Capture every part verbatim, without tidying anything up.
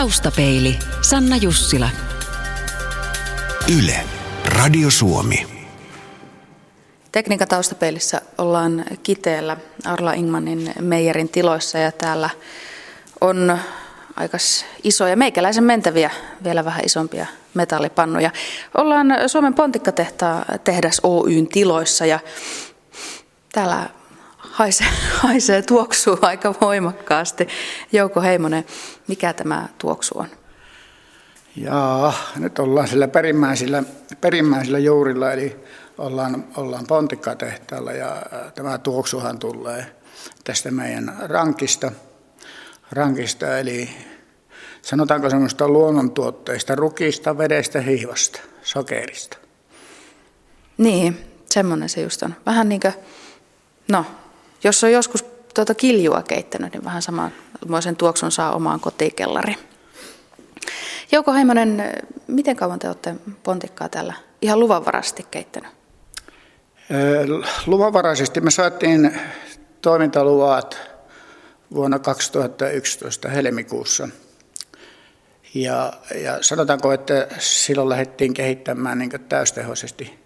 Taustapeili, Sanna Jussila. Yle, Radio Suomi. Tekniikan taustapeilissä ollaan Kiteellä Arla Ingmanin meijerin tiloissa ja täällä on aika isoja, meikäläisen mentäviä, vielä vähän isompia metallipannuja. Ollaan Suomen Pontikkatehdas Oyn tiloissa ja täällä haisee, haisee tuoksuu aika voimakkaasti. Jouko Heimonen, mikä tämä tuoksu on? Jaa, nyt ollaan sillä perimmäisillä, perimmäisillä juurilla, eli ollaan, ollaan Pontikkatehtaalla ja tämä tuoksuhan tulee tästä meidän rankista, rankista eli sanotaanko semmoista luonnontuotteista, rukista, vedestä, hiivasta, sokerista. Niin, semmoinen se just on. Vähän niin kuin, no, jos on joskus tuota kiljua keittänyt, niin vähän samanmoisen tuoksun saa omaan kotikellariin. Jouko Heimonen, miten kauan te olette pontikkaa täällä ihan luvanvaraisesti keittänyt? Luvanvaraisesti me saatiin toimintaluvat vuonna kaksituhattayksitoista helmikuussa. Ja, ja sanotaanko, että silloin lähdettiin kehittämään niin kuin täystehoisesti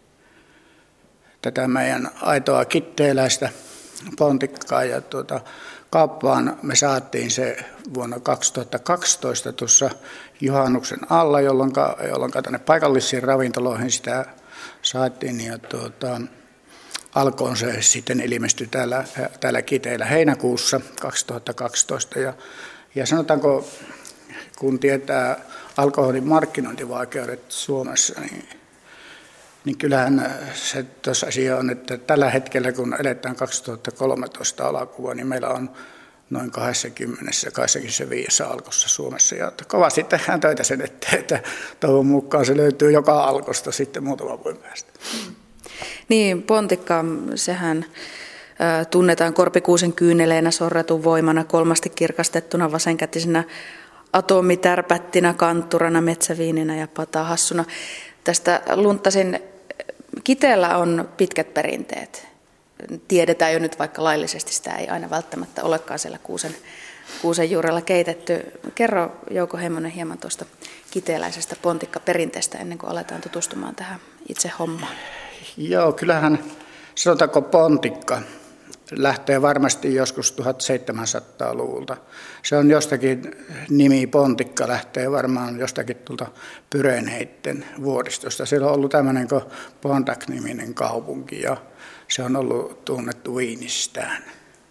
tätä meidän aitoa kitteeläistä pontikkaa. Ja tuota, kauppaan me saatiin se vuonna kaksituhattakaksitoista tuossa juhannuksen alla, jolloin, jolloin tänne paikallisiin ravintoloihin sitä saatiin. Ja tuota, alkoon se sitten ilmestyi täällä, täällä Kiteellä heinäkuussa kaksituhattakaksitoista. Ja, ja sanotaanko, kun tietää alkoholin markkinointivaikeudet Suomessa, niin, niin kyllähän se tosiasia on, että tällä hetkellä, kun eletään kaksituhattakolmetoista alkua, niin meillä on noin kaksikymmentä kaksikymmentäviisi alkossa Suomessa. Ja kovasti tehdään töitä sen eteen, että toivon mukaan se löytyy joka alkosta sitten muutaman vuoden päästä. Niin, pontikka, sehän äh, tunnetaan korpikuusen kyyneleenä, sorretun voimana, kolmasti kirkastettuna, vasenkätisenä atomitärpättinä, kantturana, metsäviininä ja patahassuna. Tästä lunttasin, Kiteellä on pitkät perinteet. Tiedetään jo nyt, vaikka laillisesti sitä ei aina välttämättä olekaan siellä kuusen, kuusen juurella keitetty. Kerro Jouko Heimonen hieman tuosta kiteeläisestä pontikkaperinteestä ennen kuin aletaan tutustumaan tähän itse hommaan. Joo, kyllähän sanotaanko pontikka lähtee varmasti joskus tuhatseitsemänsataaluvulta. Se on jostakin, nimi pontikka lähtee varmaan jostakin tuolta Pyreneitten vuoristosta. Siellä on ollut tämmöinen kuin Pondak-niminen kaupunki ja se on ollut tunnettu viinistään.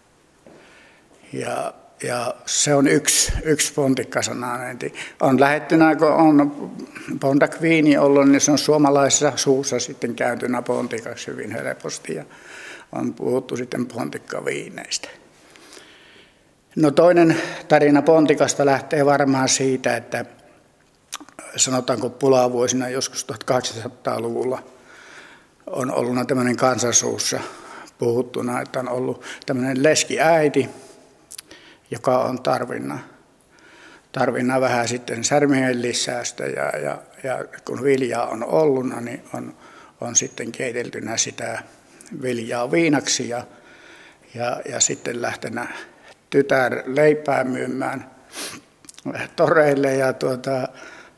Ja, ja se on yksi, yksi pontikkasana. On lähettynä, kun on Pondak-viini ollut, niin se on suomalaisessa suussa sitten käytynä pontikaksi hyvin helposti. Ja on puhuttu sitten pontikkaviineistä. No toinen tarina pontikasta lähtee varmaan siitä, että sanotaanko pulavuosina joskus tuhatkahdeksansataaluvulla on ollut tämmöinen kansansuussa puhuttuna, että on ollut tämmöinen leskiäiti, joka on tarvinnut, tarvinnut vähän sitten särmien lisäystä ja, ja, ja kun viljaa on ollut, niin on, on sitten keiteltynä sitä viljaa viinaksi ja, ja, ja sitten lähtenä tytär leipää myymään toreille ja tuota,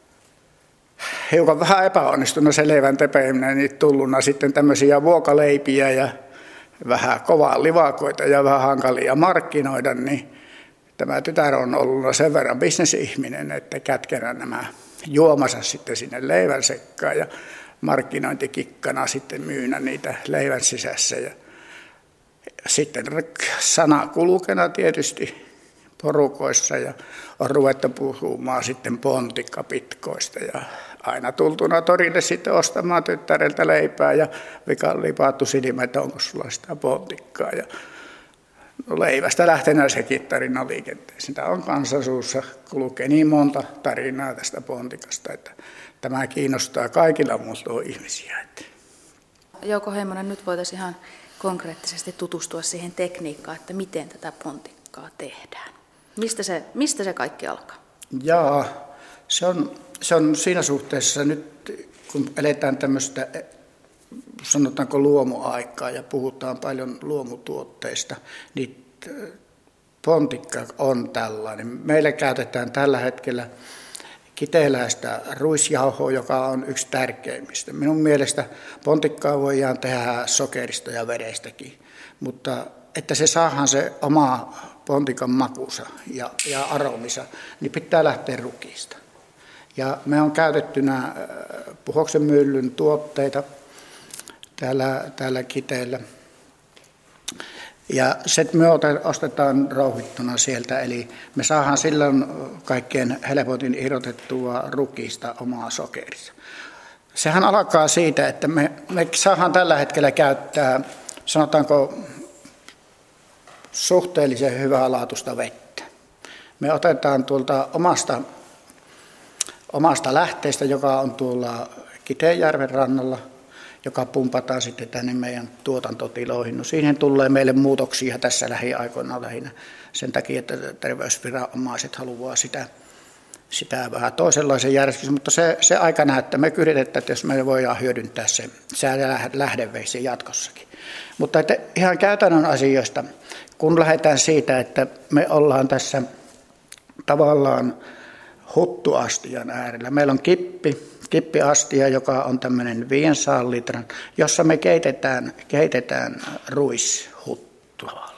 hiukan vähän epäonnistunut se leivän tepeäminen, niin tulluna sitten tämmöisiä vuokaleipiä ja vähän kovaa livakoita ja vähän hankalia markkinoida, niin tämä tytär on ollut sen verran bisnesihminen, että kätkenä nämä juomansa sitten sinne leivän sekkaan ja markkinointikikkana sitten myynä niitä leivän sisässä. Ja sitten sana kulkena tietysti porukoissa ja on ruvettu puhumaan sitten pontikkapitkoista ja aina tultuna torille sitten ostamaan tyttäreltä leipää ja vikan lipaattu silmä, että onko sulla sitä pontikkaa. Ja no leivästä lähtenä sekin tarina liikenteeseen. Tämä on kansansuussa, kulkee niin monta tarinaa tästä pontikasta, että tämä kiinnostaa kaikilla muilla ihmisiä. Jouko Heimonen, nyt voitaisiin ihan konkreettisesti tutustua siihen tekniikkaan, että miten tätä pontikkaa tehdään. Mistä se, mistä se kaikki alkaa? Jaa, se on, se on siinä suhteessa nyt, kun eletään tämmöistä, sanotaanko luomuaikaa ja puhutaan paljon luomutuotteista, niin pontikka on tällainen. Meillä käytetään tällä hetkellä kiteeläistä ruisjauhoa, joka on yksi tärkeimmistä. Minun mielestä pontikkaa voidaan tehdä sokerista ja vedestäkin, mutta että se saadaan se oma pontikan makuunsa ja, ja aromisa, niin pitää lähteä rukiista. Ja me on käytettynä Puhoksen myllyn tuotteita täällä, täällä Kiteellä. Ja sitten me ostetaan rouhittuna sieltä, eli me saadaan silloin kaikkein helpotin irrotettua rukiista omaa sokerissa. Sehän alkaa siitä, että me, me saadaan tällä hetkellä käyttää, sanotaanko, suhteellisen hyvälaatuista vettä. Me otetaan tuolta omasta, omasta lähteestä, joka on tuolla Kiteenjärven rannalla, joka pumpataan sitten tänne meidän tuotantotiloihin. No siihen tulee meille muutoksia tässä lähiaikoina lähinnä sen takia, että terveysviranomaiset haluaa sitä, sitä vähän toisenlaisen järjestyksen, mutta se, se aika näyttää. Me yritetään, että jos me voidaan hyödyntää se, se lähdevesi jatkossakin. Mutta että ihan käytännön asioista, kun lähdetään siitä, että me ollaan tässä tavallaan huttuastian äärellä. Meillä on kippi, kippiastia, joka on tämmöinen viisisataa litran, jossa me keitetään, keitetään ruishuttua.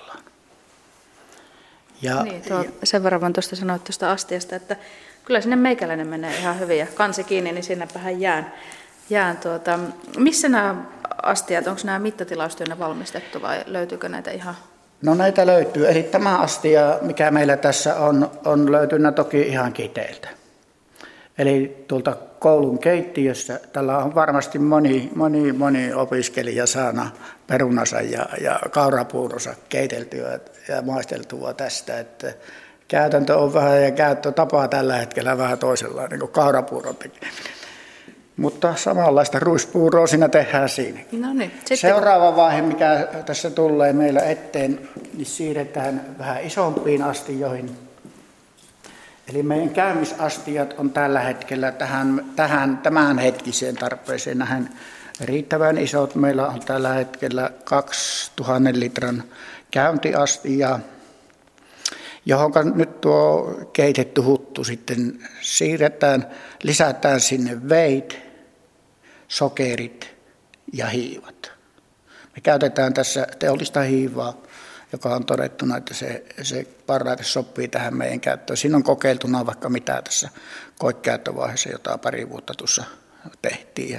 Ja, niin, tuo, sen verran voin tuosta sanoa tuosta astiasta, että kyllä sinne meikäläinen menee ihan hyvin ja kansi kiinni, niin sinnäpähän jään. jään tuota, missä nämä astiat, onko nämä mittatilaustyönä valmistettu vai löytyykö näitä ihan? No näitä löytyy. Eli tämä astia, mikä meillä tässä on, on löytynyt toki ihan Kiteeltä. Eli tuolta koulun keittiössä tällä on varmasti moni, moni, moni opiskelija saana perunansa ja, ja kaurapuuronsa keiteltyä ja maisteltua tästä. Että käytäntö on vähän ja käyttötapa tällä hetkellä vähän toisenlainen kuin kaurapuuron tekeminen. Mutta samanlaista ruispuuroa siinä tehdään siinäkin. No niin, sitten seuraava vaihe, mikä tässä tulee meillä eteen, niin siirretään vähän isompiin astioihin. Eli meidän käymisastiat on tällä hetkellä tähän, tähän tämänhetkiseen tarpeeseen nähden riittävän isot. Meillä on tällä hetkellä kaksituhatta litran käyntiastia, johon nyt tuo keitetty huttu sitten siirretään, lisätään sinne veit, sokerit ja hiivat. Me käytetään tässä teollista hiivaa, joka on todettuna, että se, se parhaiten sopii tähän meidän käyttöön. Siinä on kokeiltuna vaikka mitä tässä koekäyttövaiheessa, jota pari vuotta tuossa tehtiin. Ja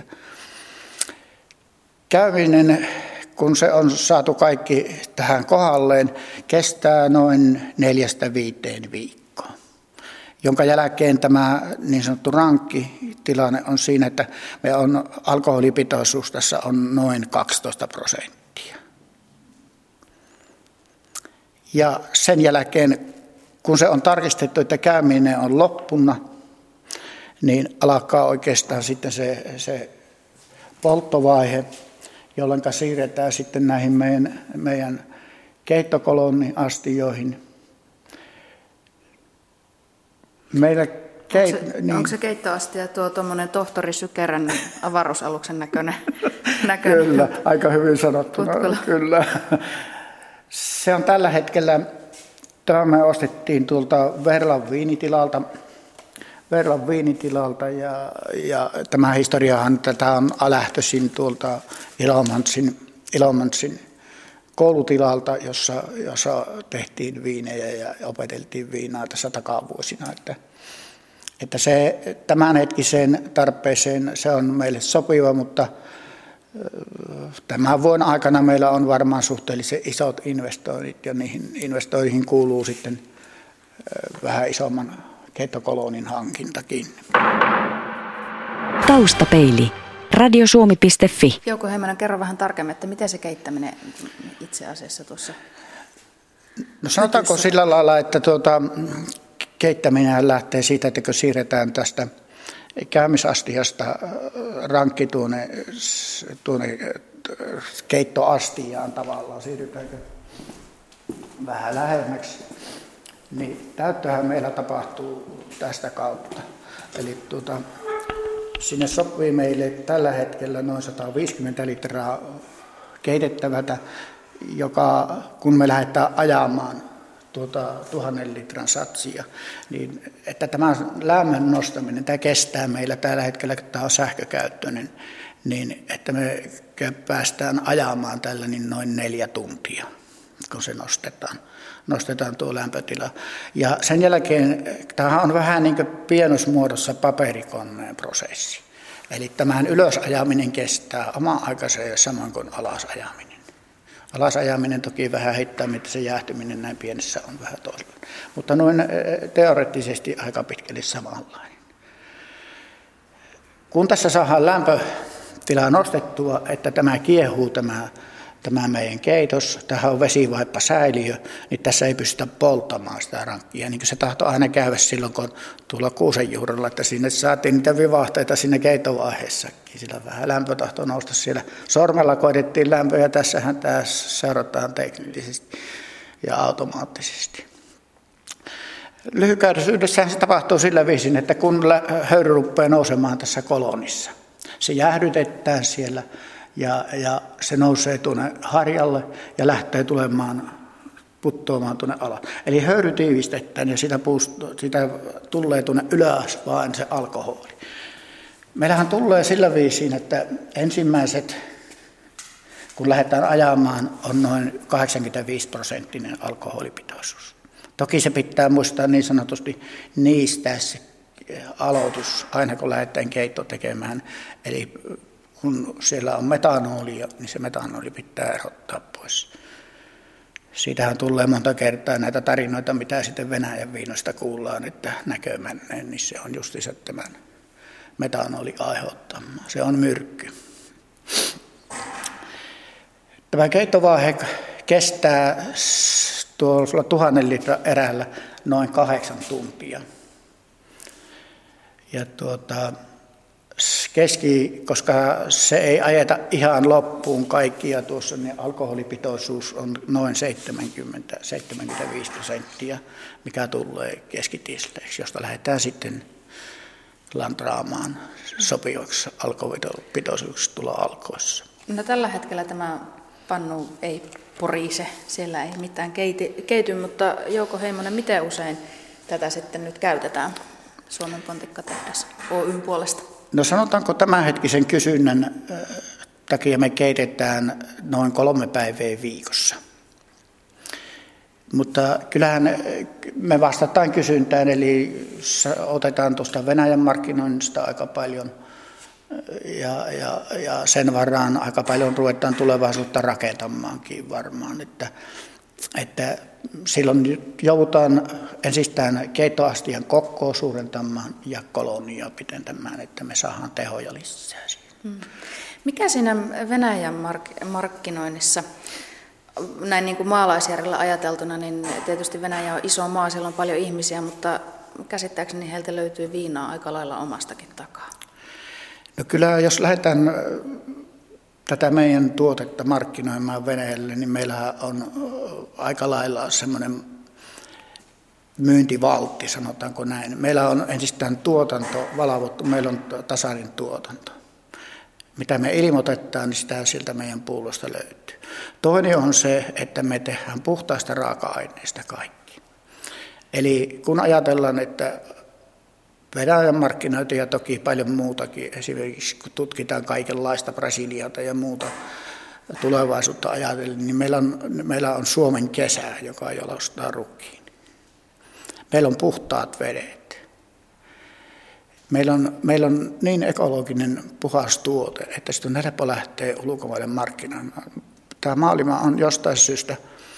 käyminen, kun se on saatu kaikki tähän kohdalleen, kestää noin neljästä viiteen viikkoa, jonka jälkeen tämä niin sanottu rankkitilanne on siinä, että me on, alkoholipitoisuus tässä on noin kaksitoista prosenttia. Ja sen jälkeen, kun se on tarkistettu, että käyminen on loppuna, niin alkaa oikeastaan sitten se, se polttovaihe, jolloin siirretään sitten näihin meidän, meidän keittokolonniastioihin. Meillä keit, onko, se, niin, onko se keittoastia tuo tuommoinen tohtori Sykerän avaruusaluksen näköinen? näköinen kyllä, aika hyvin sanottuna. Putkula. Kyllä. Se on tällä hetkellä, tämä me ostettiin tuolta Verlan viinitilalta, Verlan viinitilalta ja, ja tämä historiahan tätä on lähtöisin tuolta Ilomantsin, Ilomantsin koulutilalta, jossa, jossa tehtiin viinejä ja opeteltiin viinaa tässä takavuosina. Että, että se tämänhetkiseen tarpeeseen se on meille sopiva, mutta tämän vuoden aikana meillä on varmaan suhteellisen isot investoinnit ja niihin investoihin kuuluu sitten vähän isomman keittokolonin hankintakin. Taustapeili. radiosuomi piste fi. Jouko Heimonen, kerro vähän tarkemmin, että miten se keittäminen itse asiassa tuossa? No sanotaanko sillä lailla, että tuota, keittäminen lähtee siitä, että kun siirretään tästä käymisastiasta rankki tuonne, tuonne keittoastiaan tavallaan, siirrytäänkö vähän lähemmäksi, niin täyttöhän meillä tapahtuu tästä kautta. Eli tuota, sinne sopii meille tällä hetkellä noin sata viisikymmentä litraa keitettävätä, joka kun me lähdetään ajamaan tuota, tuhannen litran satsia, niin että tämä lämmön nostaminen, tämä kestää meillä tällä hetkellä, kun tämä on sähkökäyttöinen, niin että me päästään ajamaan tällä niin noin neljä tuntia, kun se nostetaan. nostetaan tuo lämpötila. Ja sen jälkeen tämä on vähän niin kuin pienosmuodossa paperikoneen prosessi. Eli tämän ylösajaminen kestää oman aikansa ja samoin kuin alasajaminen. Alasajaminen toki vähän heittää, mitä se jäähtyminen näin pienessä on vähän toisella. Mutta noin teoreettisesti aika pitkälle samanlainen. Kun tässä saadaan lämpötilaa nostettua, että tämä kiehuu tämä Tämä meidän keitos, tähän on vesivaippasäiliö, niin tässä ei pystytä polttamaan sitä rankkia. Niin kuin se tahtoi aina käydä silloin, kun tuolla kuusen juurella, että sinne saatiin niitä vivahteita sinne keitovaiheessakin. Sillä vähän lämpö tahtoi nousta siellä. Sormella koitettiin lämpöä ja tässähän tämä seurataan teknisesti ja automaattisesti. Lyhykäytöisyydessään se tapahtuu sillä viisin, että kun höyry rupeaa nousemaan tässä kolonissa, se jäähdytetään siellä. Ja, ja se nousee tuonne harjalle ja lähtee tulemaan, puttoamaan tuonne alas. Eli höyry tiivistetään ja sitä, puust- sitä tulee tuonne ylös vaan se alkoholi. Meillähän tulee sillä viisiin, että ensimmäiset, kun lähdetään ajamaan, on noin kahdeksankymmentäviisi prosenttinen alkoholipitoisuus. Toki se pitää muistaa niin sanotusti niistää se aloitus aina kun lähdetään keitto tekemään. Eli kun siellä on metanolia, niin se metanoli pitää erottaa pois. Siitähän tulee monta kertaa näitä tarinoita, mitä sitten Venäjän viinosta kuullaan, että näkömänneen, niin se on justiinsa tämän metanoli aiheuttama. Se on myrkky. Tämä keittovaihe kestää tuolla tuhannen litran erällä noin kahdeksan tuntia. Ja tuota... Keski, koska se ei ajeta ihan loppuun kaikkia tuossa, niin alkoholipitoisuus on noin seitsemänkymmentä seitsemänkymmentäviisi prosenttia, mikä tulee keskitisteeksi, josta lähdetään sitten lantraamaan sopivaksi alkoholipitoisuuksi tulla alkoissa. No, tällä hetkellä tämä pannu ei porise, siellä ei mitään keiti, keity, mutta Jouko Heimonen, miten usein tätä sitten nyt käytetään Suomen Pontikkatehdas Oy:n puolesta? No sanotaanko tämänhetkisen kysynnän takia me keitetään noin kolme päivää viikossa. Mutta kyllähän me vastataan kysyntään, eli otetaan tuosta Venäjän markkinoinnista aika paljon ja, ja, ja sen varaan aika paljon ruvetaan tulevaisuutta rakentamaankin varmaan. Että, että silloin joudutaan ensistään keittoastian kokkoa suurentamaan ja kolonia pidentämään, että me saadaan tehoja lisää siihen. Hmm. Mikä siinä Venäjän mark- markkinoinnissa, näin niin kuin maalaisjärjellä ajateltuna, niin tietysti Venäjä on iso maa, siellä on paljon ihmisiä, mutta käsittääkseni heiltä löytyy viinaa aika lailla omastakin takaa. No kyllä, jos lähdetään tätä meidän tuotetta markkinoimaan Venäjälle, niin meillä on aika lailla semmoinen myyntivaltti, sanotaanko näin. Meillä on ensistään tuotanto valvottu, meillä on tasainen tuotanto. Mitä me ilmoitetaan, niin sitä sieltä meidän pullosta löytyy. Toinen on se, että me tehdään puhtaista raaka-aineista kaikki. Eli kun ajatellaan, että Venäjän markkinoita ja toki paljon muutakin, esimerkiksi kun tutkitaan kaikenlaista Brasiliata ja muuta tulevaisuutta ajatellen, niin meillä on, meillä on Suomen kesä, joka jalostaa rukkiin. Meillä on puhtaat vedet. Meillä on, meillä on niin ekologinen puhas tuote, että sitten on helppo lähteä ulkomaille markkinoimaan. Tämä maailma on jostain syystä,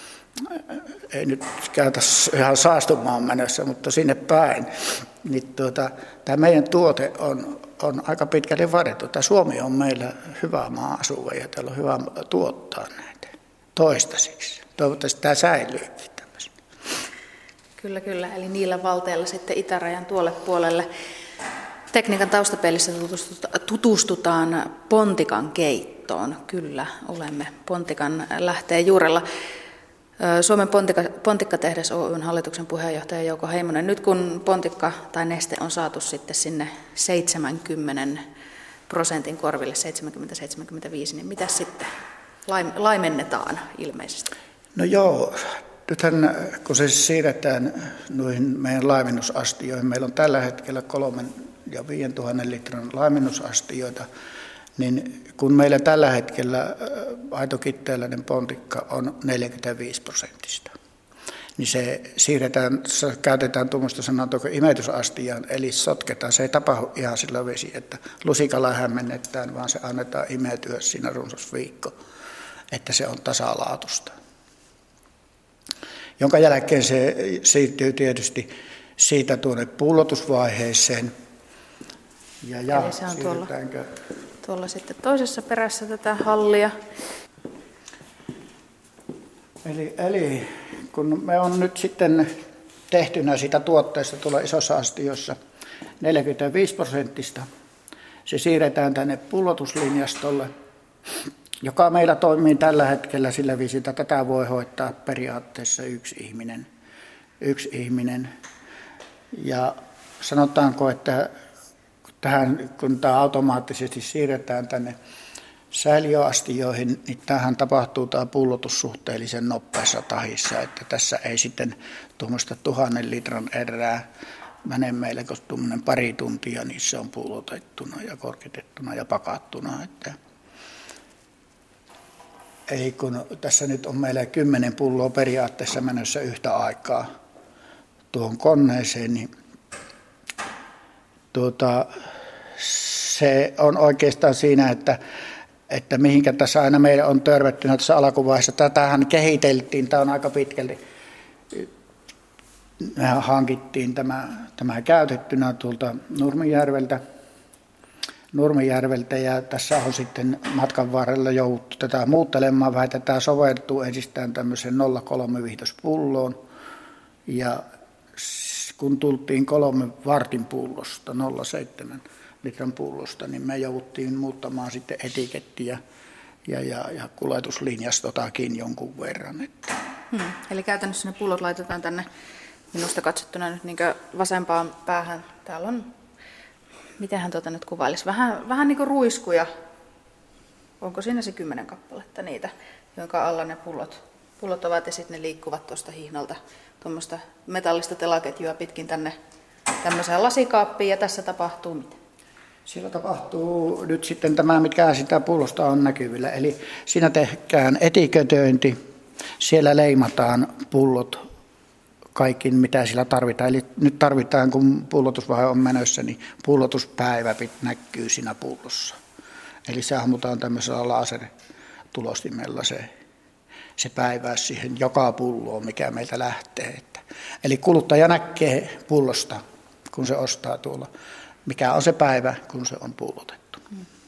ei nyt käytä ihan saastumaan menossa, mutta sinne päin. Niin tuota, tämä meidän tuote on, on aika pitkälle varattu. Tämä Suomi on meillä hyvä maa asua ja täällä on hyvä tuottaa näitä toistaiseksi. Toivottavasti tämä säilyykin tämmöisenä. Kyllä, kyllä. Eli niillä valteilla sitten itärajan tuolle puolelle. Tekniikan taustapeilissä tutustutaan pontikan keittoon. Kyllä, olemme pontikan lähteen juurella. Suomen Pontikka, Pontikkatehdas Oyn hallituksen puheenjohtaja Jouko Heimonen. Nyt kun pontikka tai neste on saatu sitten sinne seitsemänkymmentä prosentin korville, seitsemänkymmentä seitsemänkymmentäviisi, niin mitä sitten laimennetaan ilmeisesti? No joo, nythän kun se siirretään noihin meidän laimennusastioihin, meillä on tällä hetkellä kolmen ja viiden tuhannen litran laimennusastioita, niin kun meillä tällä hetkellä aitokitteeläinen pontikka on neljäkymmentäviisi prosenttista, niin se siirretään, se käytetään tuommoista sanontaa kuin imetysastiaan, eli sotketaan. Se ei tapahdu ihan sillä vesi, että lusikalla hämmennetään, vaan se annetaan imetyä siinä runsas viikko, että se on tasalaatusta. Jonka jälkeen se siirtyy tietysti siitä tuonne pullotusvaiheeseen. Ja, ja eli se on tuolla, tuolla sitten toisessa perässä tätä hallia. Eli, eli kun me on nyt sitten tehtynä siitä tuotteesta tuolla isossa astiossa neljäkymmentäviisi prosenttista, se siirretään tänne pullotuslinjastolle, joka meillä toimii tällä hetkellä sillä viisi, että tätä voi hoitaa periaatteessa yksi ihminen. Yksi ihminen. Ja sanotaanko, että tähän, kun tämä automaattisesti siirretään tänne säiliöastioihin, niin tämähän tapahtuu tämä pullotus suhteellisen nopeassa tahissa, että tässä ei sitten tuommoista tuhannen litran erää mene meille, kun tuommoinen pari tuntia, niin se on pullotettuna ja korkitettuna ja pakattuna. Että eli kun tässä nyt on meillä kymmenen pulloa periaatteessa menossa yhtä aikaa tuohon koneeseen, niin tuota, se on oikeastaan siinä, että että mihinkä tässä aina meillä on törmätty tässä alkuvaiheessa. Tätähän kehiteltiin, tämä on aika pitkälti. Mehän hankittiin tämä, tämä käytettynä tuolta Nurmijärveltä, Nurmijärveltä ja tässä on sitten matkan varrella jouduttu tätä muuttelemaan vähän. Tämä soveltuu ensistään tämmöiseen nolla pilkku kolme viitospulloon ja kun tultiin kolme vartin pullosta, nolla pilkku seitsemän litran pullosta, niin me jouduttiin muuttamaan sitten etikettiä ja, ja, ja kuljetuslinjastotakin jonkun verran. Että. Hmm. Eli käytännössä ne pullot laitetaan tänne minusta katsottuna nyt niin vasempaan päähän. Täällä on, mitenhän tuota nyt kuvailisi, vähän, vähän niin kuin ruiskuja. Onko siinä se kymmenen kappaletta niitä, jonka alla ne pullot, pullot ovat ja sitten ne liikkuvat tuosta hihnalta tuommoista metallista telaketjua pitkin tänne tämmöiseen lasikaappiin ja tässä tapahtuu mitä? Siellä tapahtuu nyt sitten tämä, mikä sitä pullosta on näkyvillä. Eli siinä tehdään etikötöinti, siellä leimataan pullot, kaikki mitä siellä tarvitaan. Eli nyt tarvitaan, kun pullotusvaihe on menossa, niin pullotuspäivä näkyy siinä pullossa. Eli se ammutaan tämmöisellä lasertulostimella se, se päiväys siihen joka pulloon, mikä meiltä lähtee. Eli kuluttaja näkee pullosta, kun se ostaa tuolla. Mikä on se päivä, kun se on pullotettu.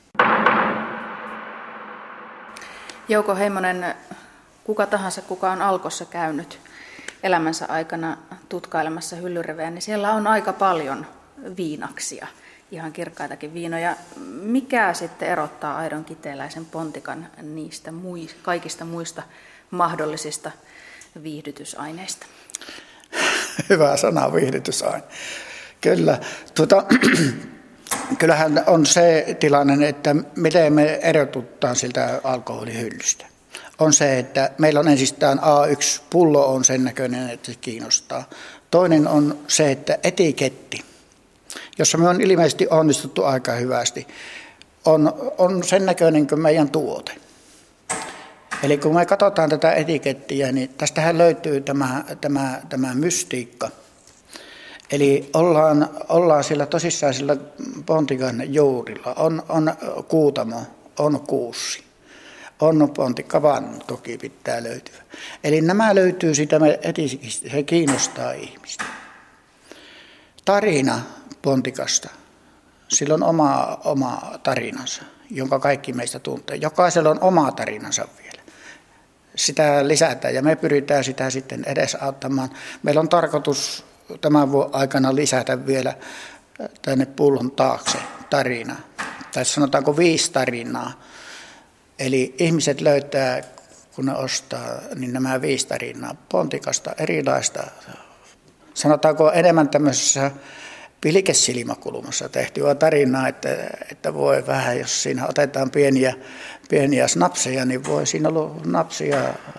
Jouko Heimonen, kuka tahansa, kuka on Alkossa käynyt elämänsä aikana tutkailemassa hyllyrevejä, niin siellä on aika paljon viinaksia, ihan kirkkaitakin viinoja. Mikä sitten erottaa aidon kiteeläisen pontikan niistä muista, kaikista muista mahdollisista viihdytysaineista? Hyvä sana, viihdytysaine. Kyllä. Tuota, kyllähän on se tilanne, että miten me erotuttaan siltä alkoholihyllystä. On se, että meillä on ensistään A yksi pullo on sen näköinen, että se kiinnostaa. Toinen on se, että etiketti, jossa me on ilmeisesti onnistuttu aika hyvästi, on, on sen näköinen kuin meidän tuote. Eli kun me katsotaan tätä etikettiä, niin tästähän löytyy tämä, tämä, tämä mystiikka. Eli ollaan, ollaan sillä tosissaan sillä pontikan juurilla. On, on kuutamo, on kuussi, on pontikka vannu, toki pitää löytyä. Eli nämä löytyy sitä etiketistä, se kiinnostaa ihmistä. Tarina pontikasta, sillä on oma, oma tarinansa, jonka kaikki meistä tuntee. Jokaisella on oma tarinansa vielä. Sitä lisätään ja me pyritään sitä sitten edesauttamaan. Meillä on tarkoitus tämän vuoden aikana lisätä vielä tänne pullon taakse tarina. Tai sanotaanko viisi tarinaa. Eli ihmiset löytää, kun ne ostaa, niin nämä viisi tarinaa pontikasta erilaista. Sanotaanko enemmän tämmöisessä pilkesilmäkulmassa tehtyä tarinaa, että, että voi vähän, jos siinä otetaan pieniä, pieniä snapseja, niin voi siinä olla napsia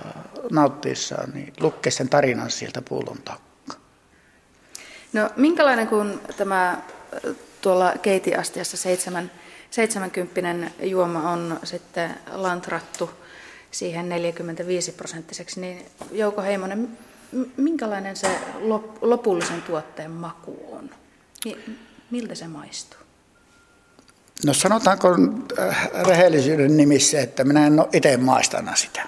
nauttiessaan niin lukee sen tarinan sieltä pullon takaa. No minkälainen kun tämä tuolla keitiastiassa seitsemän, seitsemänkymppinen juoma on sitten lantrattu siihen neljäkymmentäviisi prosenttiseksi, niin Jouko Heimonen, minkälainen se lopullisen tuotteen maku on? Miltä se maistuu? No sanotaanko rehellisyyden nimissä, että minä en ole itse maistana sitä.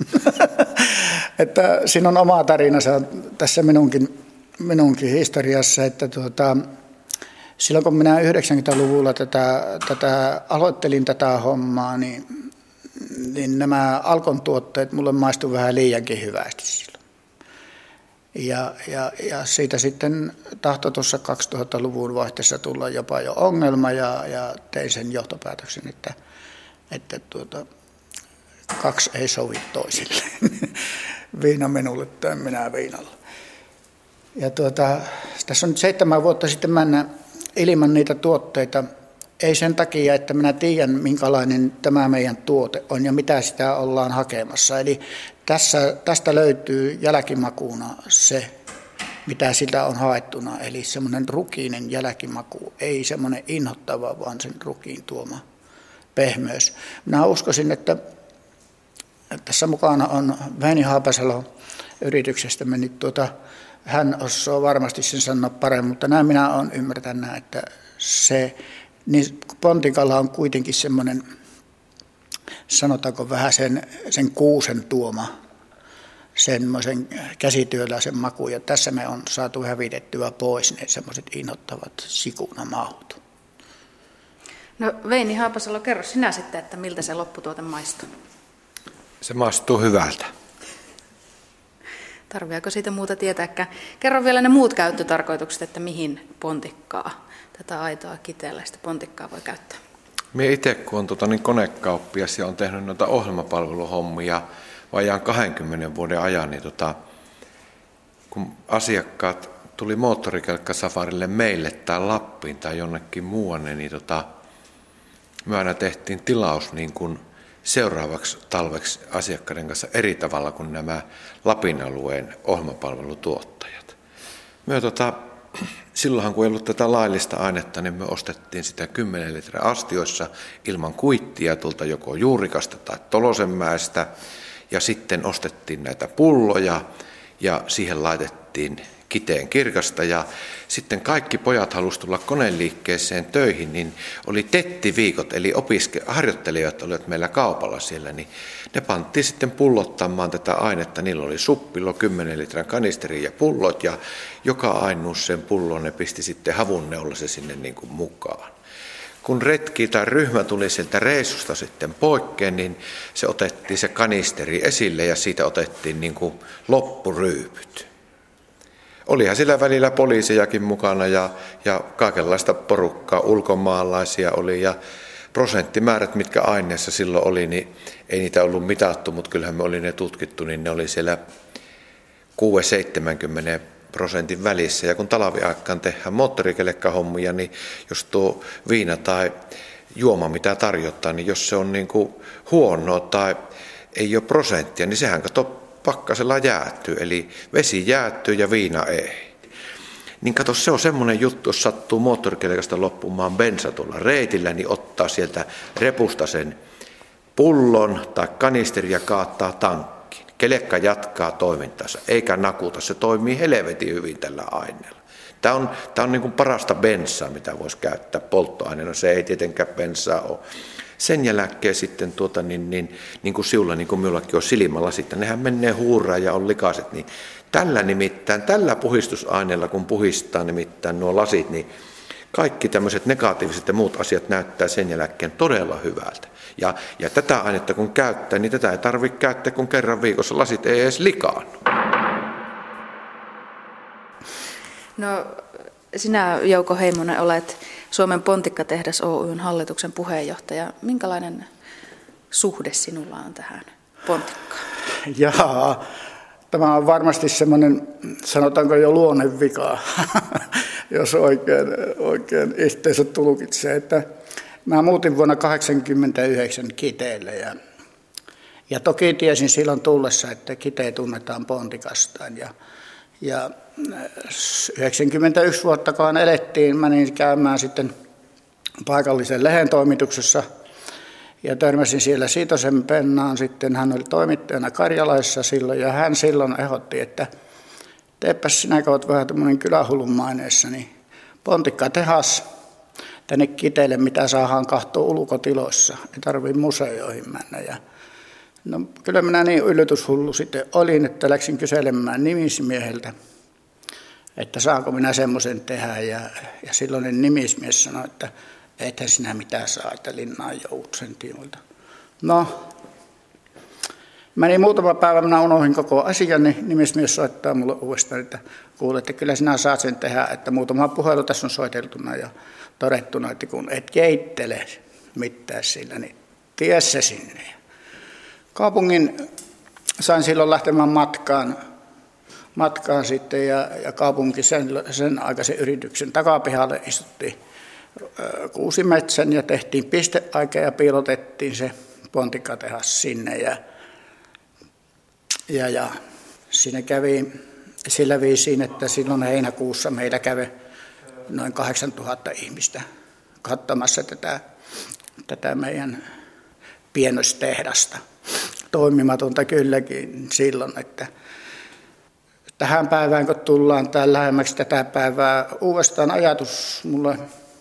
Että siinä on oma tarinansa tässä minunkin, minunkin historiassa, että tuota, silloin kun minä yhdeksänkymmentäluvulla tätä, tätä, aloittelin tätä hommaa, niin, niin nämä Alkon tuotteet mulle maistuivat vähän liiankin hyvästi silloin. Ja, ja, ja siitä sitten tahtoi tuossa kaksituhattaluvun vaihteessa tulla jopa jo ongelma ja, ja tein sen johtopäätöksen, että, että tuota, kaksi ei sovi toisilleen. Viina minulle tai minä viinalla. Ja tuota, tässä on nyt seitsemän vuotta sitten mennä ilman niitä tuotteita. Ei sen takia, että minä tiedän, minkälainen tämä meidän tuote on ja mitä sitä ollaan hakemassa. Eli tässä, tästä löytyy jälkimakuuna se, mitä siltä on haettuna. Eli semmoinen rukiinen jälkimaku, ei semmoinen inhottava, vaan sen rukiin tuoma pehmeys. Minä uskoisin, että tässä mukana on Väinö Haapasalo yrityksestä mennyt tuota, hän osaa varmasti sen sanoa paremmin, mutta näin minä olen ymmärtänyt, että se, niin pontikalla on kuitenkin semmoinen, sanotaanko vähän sen, sen kuusen tuoma, semmoisen käsityöläisen maku, ja tässä me on saatu hävitettyä pois ne semmoiset inhottavat sikunamaut. No Veini Haapasalo, kerro sinä sitten, että miltä se lopputuote maistuu? Se maistuu hyvältä. Tarviiko siitä muuta tietääkään? Kerro vielä ne muut käyttötarkoitukset, että mihin pontikkaa, tätä aitoa kiteeläistä pontikkaa voi käyttää. Minä itse, kun olen tuota, niin konekauppias ja olen tehnyt noita ohjelmapalveluhommia vajaan kahdenkymmenen vuoden ajan, niin tota, kun asiakkaat tuli moottorikelkkasafarille meille tai Lappiin tai jonnekin muuanne, niin tota, me aina tehtiin tilaus niin kuin seuraavaksi talveksi asiakkaiden kanssa eri tavalla kuin nämä Lapin alueen ohjelmapalvelutuottajat. Me tota, silloinhan kun ei ollut tätä laillista ainetta, niin me ostettiin sitä kymmenen litran astioissa ilman kuittia tuolta joko Juurikasta tai Tolosenmäestä. Ja sitten ostettiin näitä pulloja ja siihen laitettiin kiteen kirkasta. Ja sitten kaikki pojat halusivat tulla koneliikkeeseen töihin, niin oli tettiviikot, eli opiske- harjoittelijat olivat meillä kaupalla siellä, niin ne panttiin sitten pullottamaan tätä ainetta. Niillä oli suppilo, kymmenen litran kanisteri ja pullot, ja joka ainuus sen pullon ne pisti sitten havunneulla se sinne niin kuin mukaan. Kun retki tai ryhmä tuli sieltä reissusta sitten poikkeen, niin se otettiin se kanisteri esille ja siitä otettiin niin kuin loppuryypyt. Olihan sillä välillä poliisejakin mukana ja, ja kaikenlaista porukkaa, ulkomaalaisia oli ja prosenttimäärät, mitkä aineessa silloin oli, niin ei niitä ollut mitattu, mutta kyllähän me oli ne tutkittu, niin ne oli siellä kuusi seitsemänkymmentä prosentin välissä. Ja kun talviaikaan tehdään moottorikelekkahommia, niin jos tuo viina tai juoma mitä tarjotaan, niin jos se on niin kuin huonoa tai ei ole prosenttia, niin sehän kato pakkasella jäätyy. Eli vesi jäätyy ja viina ei. Niin kato, se on semmoinen juttu, jos sattuu moottorikelekasta loppumaan bensa tuolla reitillä, niin ottaa sieltä repusta sen pullon tai kanisteri ja kaattaa tankkiin. Kelekka jatkaa toimintansa, eikä nakuta. Se toimii helvetin hyvin tällä aineella. Tämä on, tämä on niin kuin parasta bensaa, mitä voisi käyttää polttoaineena. Se ei tietenkään bensaa ole. Sen jälkeen sitten, tuota, niin, niin, niin kuin sinulla, niin kuin minullakin on silmälasit, nehän menee huuraan ja on likaiset. Niin tällä nimittäin, tällä puhistusaineella, kun puhistaa nimittäin nuo lasit, niin kaikki tämmöiset negatiiviset ja muut asiat näyttää sen jälkeen todella hyvältä. Ja, ja tätä ainetta kun käyttää, niin tätä ei tarvitse käyttää, kun kerran viikossa lasit ei edes likaannu. No sinä, Jouko Heimonen, olet Suomen Pontikkatehdas Oy:n hallituksen puheenjohtaja. Minkälainen suhde sinulla on tähän pontikkaan? Jaa, tämä on varmasti semmoinen, sanotaanko jo luonnevika, jos oikein, oikein itseensä tulkitsee, että mä muutin vuonna tuhatyhdeksänsataakahdeksankymmentäyhdeksän Kiteelle ja, Ja toki tiesin silloin tullessa, että Kite tunnetaan Pontikastaan. Ja, ja yhdeksänkymmentäyksi vuottakaan elettiin, menin käymään sitten paikallisen lehden toimituksessa ja törmäsin siellä Siitosen Pennaan. Sitten hän oli toimittajana Karjalaisessa silloin ja hän silloin ehdotti, että teepäs sinä, kun olet vähän tämmöinen kylähullun maineessa, niin pontikkatehas tänne Kiteelle, mitä saadaan katsoa ulkotiloissa. Ei tarvitse museoihin mennä. Ja no, kyllä minä niin yllätyshullu sitten olin, että läksin kyselemään nimismieheltä, että saanko minä semmoisen tehdä. Ja, ja silloinen nimismies sanoi, että ethän sinä mitään saa, että linnaan joudut sen tiimoilta. No, meni muutama päivä, minä unohdin koko asian, niin nimismies soittaa mulle uudestaan, että kuule, että kyllä sinä saat sen tehdä, että muutama puhelu tässä on soiteltuna ja todettuna, että kun et keittele mitään sillä, niin tie se sinne. Kaupungin sain silloin lähtemään matkaan, matkaan sitten ja, ja kaupunki sen, sen aikaisen yrityksen takapihalle istuttiin kuusimetsän ja tehtiin pisteaika ja piilotettiin se pontikkatehas sinne. Ja, ja, ja siinä kävi sillä viisiin, että silloin heinäkuussa meillä kävi noin kahdeksantuhatta ihmistä katsomassa tätä, tätä meidän pienostehdasta. Toimimatonta kylläkin silloin, että tähän päivään kun tullaan tai lähemmäksi tätä päivää, uudestaan ajatus mulle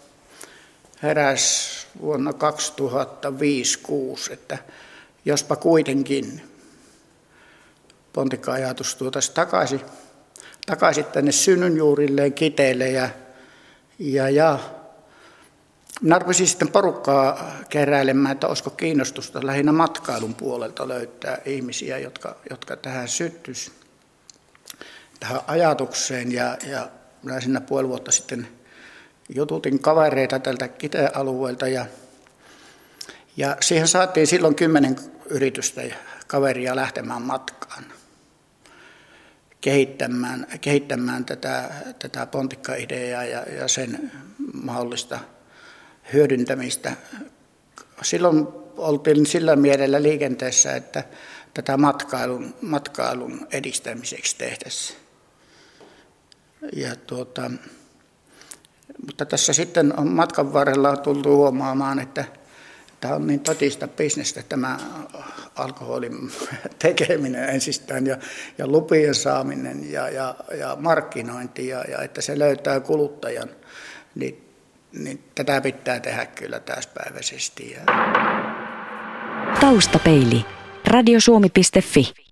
heräsi vuonna kaksituhattaviisi kuusi, että jospa kuitenkin pontikka-ajatus tuotaisiin takaisin, takaisin tänne synnynjuurilleen Kiteelle ja, ja, ja minä rupesin sitten porukkaa keräilemään, että olisiko kiinnostusta lähinnä matkailun puolelta löytää ihmisiä, jotka, jotka tähän syttyisi, tähän ajatukseen. Ja, ja minä siinä puoli vuotta sitten jututin kavereita tältä Kiteen alueelta ja, ja siihen saatiin silloin kymmenen yritystä ja kaveria lähtemään matkaan kehittämään, kehittämään tätä, tätä pontikka-ideaa ja, ja sen mahdollista hyödyntämistä. Silloin oltiin sillä mielellä liikenteessä, että tätä matkailun, matkailun edistämiseksi tehtäisiin. Ja tuota, mutta tässä sitten on matkan varrella tultu huomaamaan, että tämä on niin totista bisnestä tämä alkoholin tekeminen ensistään ja, ja lupien saaminen ja, ja, ja markkinointi ja, ja että se löytää kuluttajan, niin Niin tätä pitää tehdä kyllä täyspäiväisesti. Taustapeili. radiosuomi piste fi